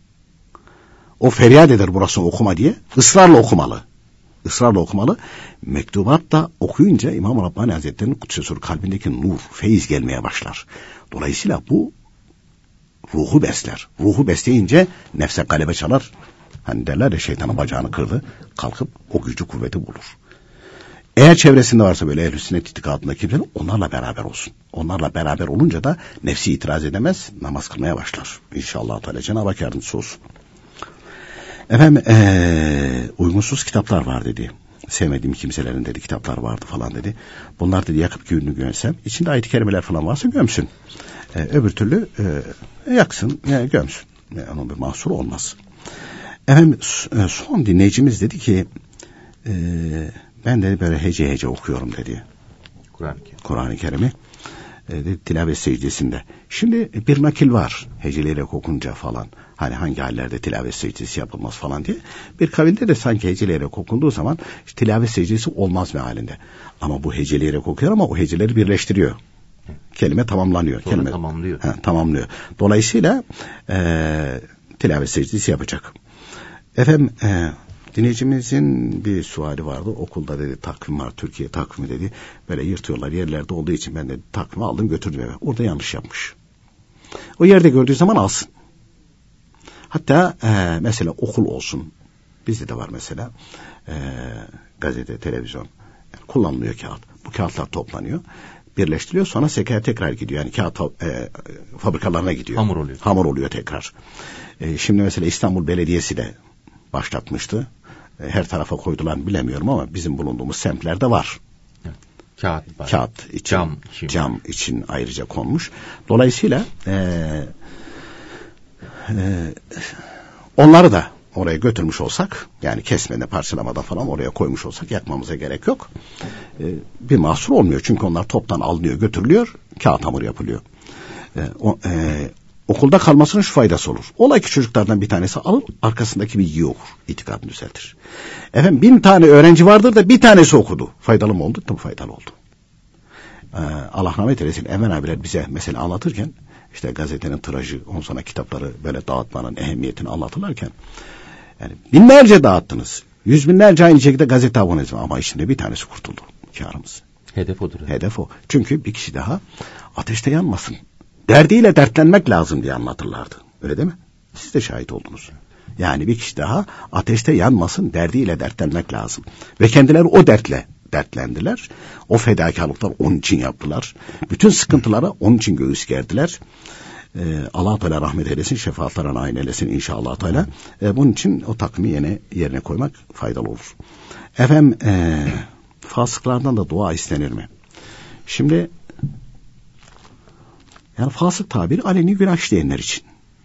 S4: O feryat eder burasını okuma diye, ısrarla okumalı. Mektubat da okuyunca İmam Rabbani Hazretleri'nin Kudsesur kalbindeki nur, feyiz gelmeye başlar. Dolayısıyla bu ruhu besler. Ruhu besleyince nefse galebe çalar. Hani derler ya, şeytanın bacağını kırdı, kalkıp o gücü kuvveti bulur. Eğer çevresinde varsa böyle ehl-i sünnet itikadında kimse, onlarla beraber olsun. Onlarla beraber olunca da nefsi itiraz edemez, namaz kılmaya başlar. İnşallah Teala Cenab-ı Hak yardımcısı olsun. Efendim, uygunsuz kitaplar var dedi. Sevmediğim kimselerin dedi kitaplar vardı falan dedi. Bunlar dedi yakıp gününü gömsem, içinde ayet-i kerimeler falan varsa gömsün. Öbür türlü yaksın, gömsün. Onun bir mahsuru olmaz. Efendim, son dinleyicimiz dedi ki, ben de böyle hece okuyorum dedi. Kur'an-ı Kerim'i tilavet secdesinde. Şimdi bir nakil var heceleyerek okunca falan. Hani hangi hallerde tilavet secdesi yapılmaz falan diye. Bir kavilde de sanki heceleyerek okunduğu zaman tilavet secdesi olmaz mealinde. Ama bu heceleyerek okuyor ama o heceleri birleştiriyor. Kelime tamamlanıyor. Tamamlıyor. Dolayısıyla tilavet secdesi yapacak. Efendim, dinleyicimizin bir suali vardı. Okulda dedi takvim var, Türkiye takvimi dedi. Böyle yırtıyorlar yerlerde olduğu için ben de takvimi aldım götürdüm eve. Orada yanlış yapmış. O yerde gördüğü zaman alsın. Hatta mesela okul olsun. Bizde de var mesela gazete, televizyon. Yani kullanılıyor kağıt. Bu kağıtlar toplanıyor. birleştiriliyor. Sonra sekaya tekrar gidiyor. Yani kağıt fabrikalarına gidiyor. Hamur oluyor tekrar. Şimdi mesela İstanbul Belediyesi de başlatmıştı. Her tarafa koydular mı bilemiyorum ama bizim bulunduğumuz semtlerde var. Kağıt için, cam için ayrıca konmuş. Dolayısıyla onları da oraya götürmüş olsak, yani kesmede, parçalamada falan oraya koymuş olsak yakmamıza gerek yok. Bir mahsur olmuyor. Çünkü onlar toptan alınıyor, götürülüyor, kağıt hamur yapılıyor. Okulda kalmasının şu faydası olur. Ola ki çocuklardan bir tanesi alır, arkasındaki bilgiyi okur. İtikadını düzeltir. 1000 tane öğrenci vardır da bir tanesi okudu. Faydalı mı oldu? Tabii faydalı oldu. Allah rahmet eylesin. Emel abiler bize mesela anlatırken, işte gazetenin tirajı, ondan sonra kitapları böyle dağıtmanın ehemmiyetini anlatırlarken, yani binlerce dağıttınız. Yüz binlerce aynı şekilde gazete abonesi var. Ama içinde bir tanesi kurtuldu. Kârımız.
S2: Hedef odur.
S4: Hedef o. Çünkü bir kişi daha ateşte yanmasın. Derdiyle dertlenmek lazım diye anlatırlardı. Öyle değil mi? Siz de şahit oldunuz. Yani bir kişi daha ateşte yanmasın, derdiyle dertlenmek lazım. Ve kendileri o dertle dertlendiler. O fedakarlıklar onun için yaptılar. Bütün sıkıntılara onun için göğüs gerdiler. Allah Teala rahmet eylesin, şefaatlerine nail eylesin inşallah Teala. Bunun için o takımı yerine koymak faydalı olur. Efendim, fasıklardan da dua istenir mi? Şimdi yani fasık tabiri aleni günah işleyenler için.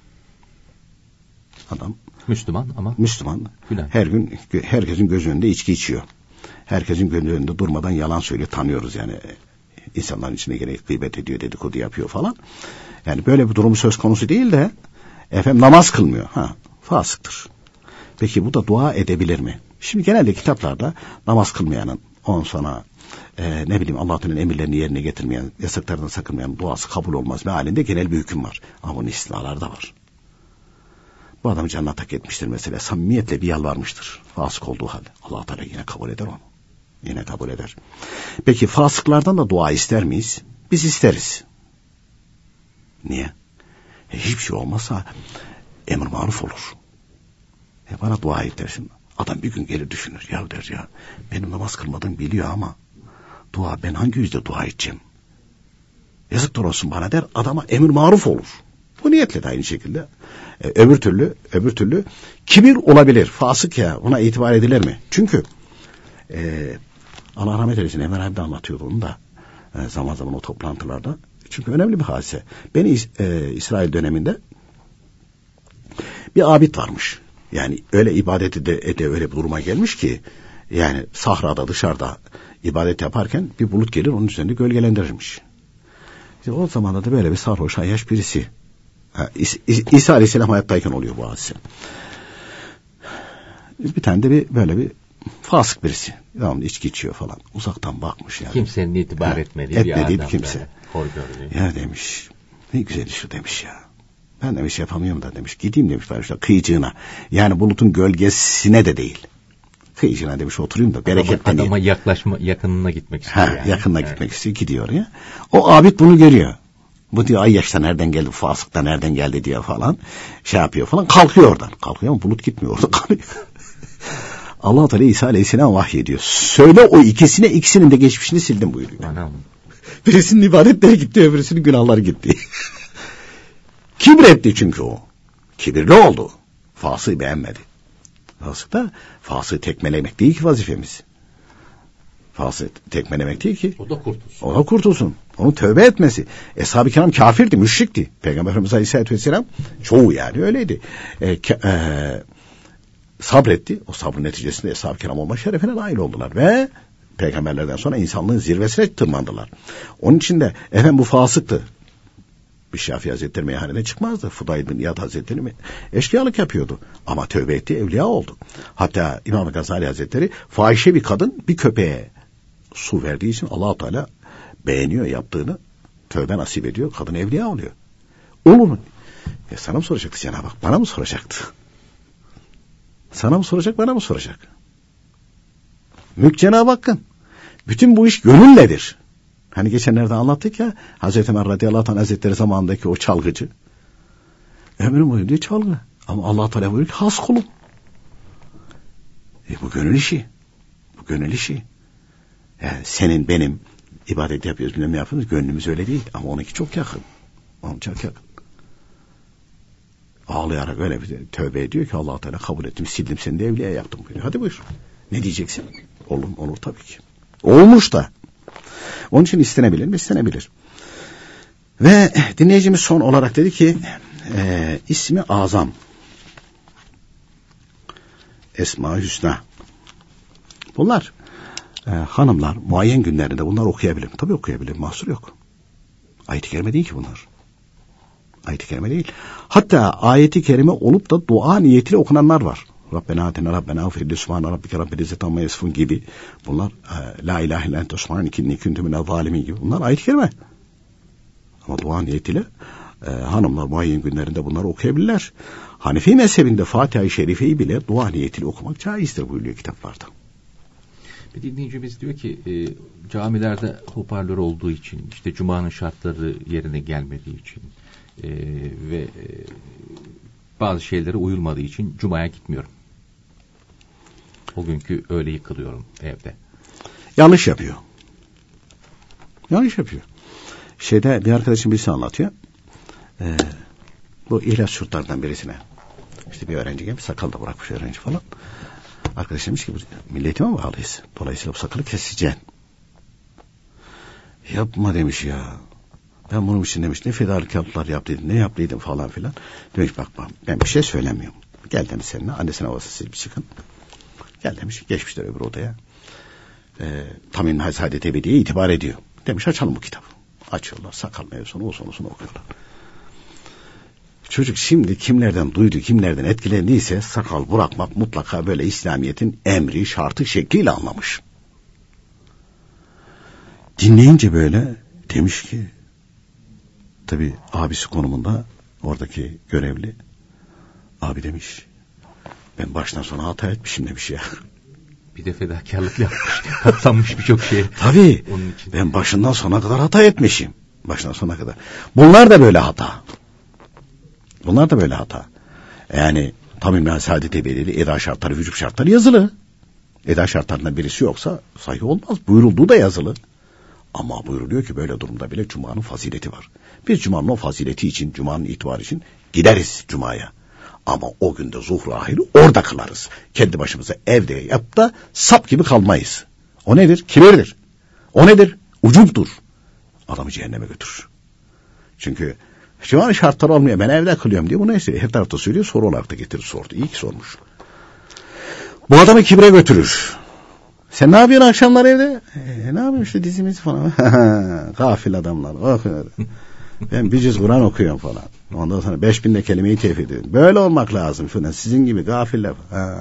S4: Adam
S2: Müslüman ama
S4: Müslüman.
S2: Günah.
S4: Her gün herkesin göz önünde içki içiyor. Herkesin göz önünde durmadan yalan söylüyor, tanıyoruz yani. İnsanların içine gerek gıybet ediyor, dedikodu yapıyor falan. Yani böyle bir durum söz konusu değil de namaz kılmıyor. Fasıktır. Peki bu da dua edebilir mi? Şimdi genelde kitaplarda namaz kılmayanın, ondan sonra Allah Teala'nın emirlerini yerine getirmeyen, yasaklardan sakınmayan duası kabul olmaz mealinde genel bir hüküm var. Ama bunun istisnaları da var. Bu adam canına tak etmiştir mesela. Samimiyetle bir yalvarmıştır. Fasık olduğu halde. Allah Teala yine kabul eder onu. Yine kabul eder. Peki fasıklardan da dua ister miyiz? Biz isteriz. Niye? Hiçbir şey olmazsa emir maruf olur. Bana dua et dersin. Adam bir gün gelir düşünür. Ya der ya, benim namaz kılmadığımı biliyor ama ben hangi yüzde dua edeceğim? Yazıklar olsun bana der. Adama emir maruf olur. Bu niyetle de aynı şekilde. Öbür türlü kibir olabilir. Fasık ya, buna itibar edilir mi? Çünkü Allah rahmet eylesin, Emre abi de anlatıyordu onu da zaman zaman o toplantılarda. Çünkü önemli bir hadise. Beni İsrail döneminde bir abid varmış. Yani öyle ibadet ede öyle bir duruma gelmiş ki, yani sahrada, dışarıda ibadet yaparken bir bulut gelir onun üzerinde gölgelendirirmiş. İşte o zamanda da böyle bir sarhoş ayyaş birisi. İsa Aleyhisselam hayattayken oluyor bu hadise. Bir tane de böyle bir fasık birisi. Devamlı içki içiyor falan. Uzaktan bakmış yani.
S2: Kimsenin itibar etmediği bir adam.
S4: Kimse. Ya demiş, ne güzel iş demiş ya. Ben demiş yapamıyorum da demiş. Gideyim demiş işte kıyıcığına. Yani bulutun gölgesine de değil. Kıyıcığına demiş oturayım da bereketleneyim.
S2: Adama yakınına gitmek istiyor. Yani.
S4: Yakınına gitmek istiyor. Gidiyor ya. O abid bunu görüyor. Bu diyor ay yaşta nereden geldi, fasıkta nereden geldi diyor falan. Şey yapıyor falan. Kalkıyor oradan. Kalkıyor ama bulut gitmiyor. Orada kalıyor. Allah Teala İsa Aleyhisselam vahyediyor. Söyle o ikisinin de geçmişini sildim buyuruyor.
S2: Anam.
S4: Birisinin ibadetleri gitti, öbürsünün günahları gitti. Kibretti çünkü o. Kibirli oldu. Fasığı beğenmedi. Fasığı tekmelemek değil ki vazifemiz. Fasığı tekmelemek değil ki. O da kurtulsun. Onun tövbe etmesi. Eshab-ı kiram kafirdi, müşrikti. Peygamber Efendimiz Aleyhisselatü Vesselam çoğu yani öyleydi. Sabretti. O sabrın neticesinde eshab-ı kiram olma şerefine nail oldular ve peygamberlerden sonra insanlığın zirvesine tırmandılar. Onun için de bu fasıktı. Bir Şafii Hazretleri meyhanede çıkmazdı. Fudayl bin İyad Hazretleri eşkıyalık yapıyordu. Ama tövbe etti, evliya oldu. Hatta İmam Gazali Hazretleri fahişe bir kadın bir köpeğe su verdiği için Allah-u Teala beğeniyor yaptığını, tövbe nasip ediyor, kadın evliya oluyor. Olur mu? Sana mı soracaktı Cenab-ı Hak? Bana mı soracaktı? Sana mı soracak, bana mı soracak? Mülk Cenab-ı Hakk'ın. Bütün bu iş gönülledir. Hani geçenlerde anlattık ya, Hazreti Ömer radıyallahu anh Hazretleri zamanındaki o çalgıcı. Ömrüm boyu diyor çalgı. Ama Allah Teala buyuruyor ki has kulum. Bu gönül işi. Bu gönül işi. Yani senin benim ibadet yapıyoruz, bilmem ne yapıyoruz. Gönlümüz öyle değil. Ama onunki çok yakın. Onun çok yakın. Ağlayarak öyle bir tövbe ediyor ki Allah-u Teala kabul ettim, sildim seni de evliya yaptım buyuruyor. Hadi buyur. Ne diyeceksin? Olur tabii ki. Olmuş da. Onun için istenebilir mi? İstenebilir. Ve dinleyicimiz son olarak dedi ki ismi azam. Esma-i Hüsna. Bunlar hanımlar muayyen günlerinde bunlar okuyabilir mi? Tabii okuyabilir. Mahsur yok. Ayet-i kerime değil ki bunlar. Ayet-i kerime değil. Hatta ayet-i kerime olup da dua niyetiyle okunanlar var. Rabbena atena Rabbena ufirli subhane rabbike rabbil izzeti amma yasifun gibi. Bunlar la ilahe illa ente subhaneke inni kuntu minel zalimin gibi. Bunlar ayet-i kerime. Ama dua niyetiyle hanımlar muayyen günlerinde bunları okuyabilirler. Hanefi mezhebinde Fatiha-i Şerife'yi bile dua niyetiyle okumak caizdir buyuruyor kitaplarda.
S2: Bir dinleyicimiz diyor ki camilerde hoparlör olduğu için, işte Cuma'nın şartları yerine gelmediği için ve bazı şeylere uyulmadığı için Cuma'ya gitmiyorum. O günkü öğleyi kılıyorum evde.
S4: Yanlış yapıyor. Yanlış yapıyor. Bir arkadaşım birisi anlatıyor. Bu İhlas şurtlardan birisine. İşte bir öğrenci gelmiş, sakal da bırakmış öğrenci falan. Arkadaş demiş ki Milli Eğitim'e bağlıyız. Dolayısıyla bu sakalı keseceksin. Yapma demiş ya. Ben bunun için demiş ne fedakarlıklar yaptıydım, ne yaptıydım falan filan. Demiş bak ben bir şey söylemiyorum. Gel demiş seninle, annesine babası siz bir çıkın. Gel demiş, geçmişler öbür odaya. Tamim Saadet Ebedi'ye itibar ediyor. Demiş açalım bu kitabı. Açıyorlar, sakal mevzusunu okuyorlar. Çocuk şimdi kimlerden duydu, kimlerden etkilendiyse sakal bırakmak mutlaka böyle İslamiyet'in emri, şartı şekliyle anlamış. Dinleyince böyle demiş ki, tabii abisi konumunda oradaki görevli, abi demiş, ben baştan sona hata etmişim demiş ya.
S2: Bir de fedakarlık yapmış, katlanmış birçok şeye.
S4: Tabii, ben başından sona kadar hata etmişim. Başından sona kadar. Bunlar da böyle hata. Yani Tamim Saadet Ebedi'li eda şartları, vücub şartları yazılı. Eda şartlarından birisi yoksa sahih olmaz. Buyurulduğu da yazılı. Ama buyuruluyor ki böyle durumda bile Cuma'nın fazileti var. Biz Cuma'nın o fazileti için, Cuma'nın itibarı için gideriz Cuma'ya. Ama o günde zuhru ahiri orada kılarız. Kendi başımıza evde yap da sap gibi kalmayız. O nedir? Kibirdir. O nedir? Ucuptur. Adamı cehenneme götürür. Çünkü Cuma'nın şartları olmuyor. Ben evde kılıyorum diye bunu her tarafta söylüyor. Soru olarak da getirir sordu. İyi ki sormuş. Bu adamı kibre götürür. Sen ne yapıyorsun akşamlar evde? Ne yapayım işte dizimiz falan. Gafil adamlar. Bakın. Ben bir cüz Kur'an okuyorum falan. Ondan sonra 5000 de kelimeyi tevhid ediyorum. Böyle olmak lazım falan. Sizin gibi gafiller.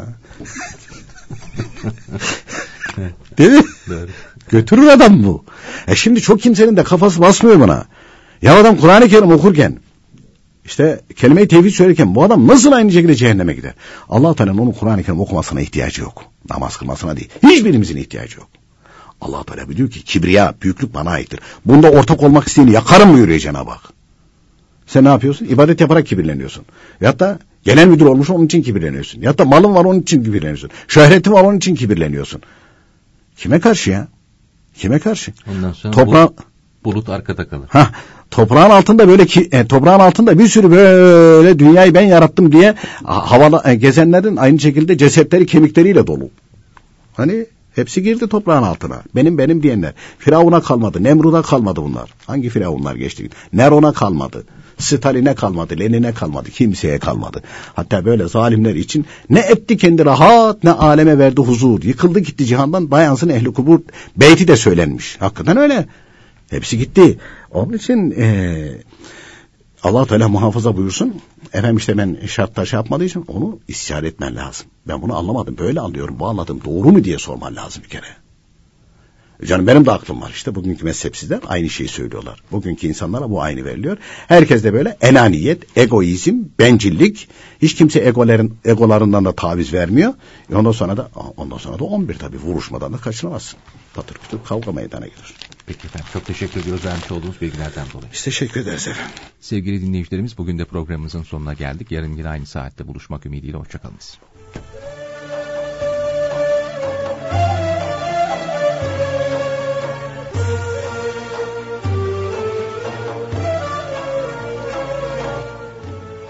S4: Değil mi? Götürür adam bu. Şimdi çok kimsenin de kafası basmıyor buna. Ya adam Kur'an-ı Kerim okurken, işte kelime-i tevhid söylerken bu adam nasıl aynı şekilde cehenneme gider? Allah-u Teala'nın onun Kur'an-ı Kerim okumasına ihtiyacı yok. Namaz kılmasına değil. Hiçbirimizin ihtiyacı yok. Allah-u Teala biliyor ki kibriya, büyüklük bana aittir. Bunda ortak olmak isteyeni yakarım buyuruyor Cenab-ı Hak. Sen ne yapıyorsun? İbadet yaparak kibirleniyorsun. Veyahut da genel müdür olmuş onun için kibirleniyorsun. Veyahut da malın var onun için kibirleniyorsun. Şöhretin var onun için kibirleniyorsun. Kime karşı ya? Kime karşı?
S2: Ondan sonra bulut arkada kalır.
S4: Toprağın altında böyle toprağın altında bir sürü böyle dünyayı ben yarattım diye havalı gezenlerin aynı şekilde cesetleri kemikleriyle dolu. Hani hepsi girdi toprağın altına. Benim diyenler. Firavun'a kalmadı, Nemrut'a kalmadı bunlar. Hangi firavunlar geçti? Neron'a kalmadı. Stalin'e kalmadı, Lenin'e kalmadı, kimseye kalmadı. Hatta böyle zalimler için ne etti kendi rahat, ne aleme verdi huzur. Yıkıldı gitti cihandan, dayansın ehli kubur beyti de söylenmiş. Hakikaten öyle. Hepsi gitti. Onun için Allah Teala muhafaza buyursun. Efendim işte ben şartlar yapmadığı için onu istişare etmen lazım. Ben bunu anlamadım, böyle anlıyorum, bu anladım, doğru mu diye sorman lazım bir kere. Canım benim de aklım var işte, bugünkü mezhepsizler aynı şeyi söylüyorlar. Bugünkü insanlara bu aynı veriliyor. Herkes de böyle enaniyet, egoizm, bencillik. Hiç kimse egolarından da taviz vermiyor. Ondan sonra da 11 tabii vuruşmadan da kaçınamazsın. Patır kütür kavga meydana gelir.
S2: Peki efendim, çok teşekkür ediyoruz vermiş olduğunuz bilgilerden dolayı.
S4: Biz teşekkür ederiz efendim.
S2: Sevgili dinleyicilerimiz, bugün de programımızın sonuna geldik. Yarın yine aynı saatte buluşmak ümidiyle hoşçakalınız.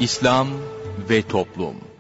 S8: İslam ve Toplum.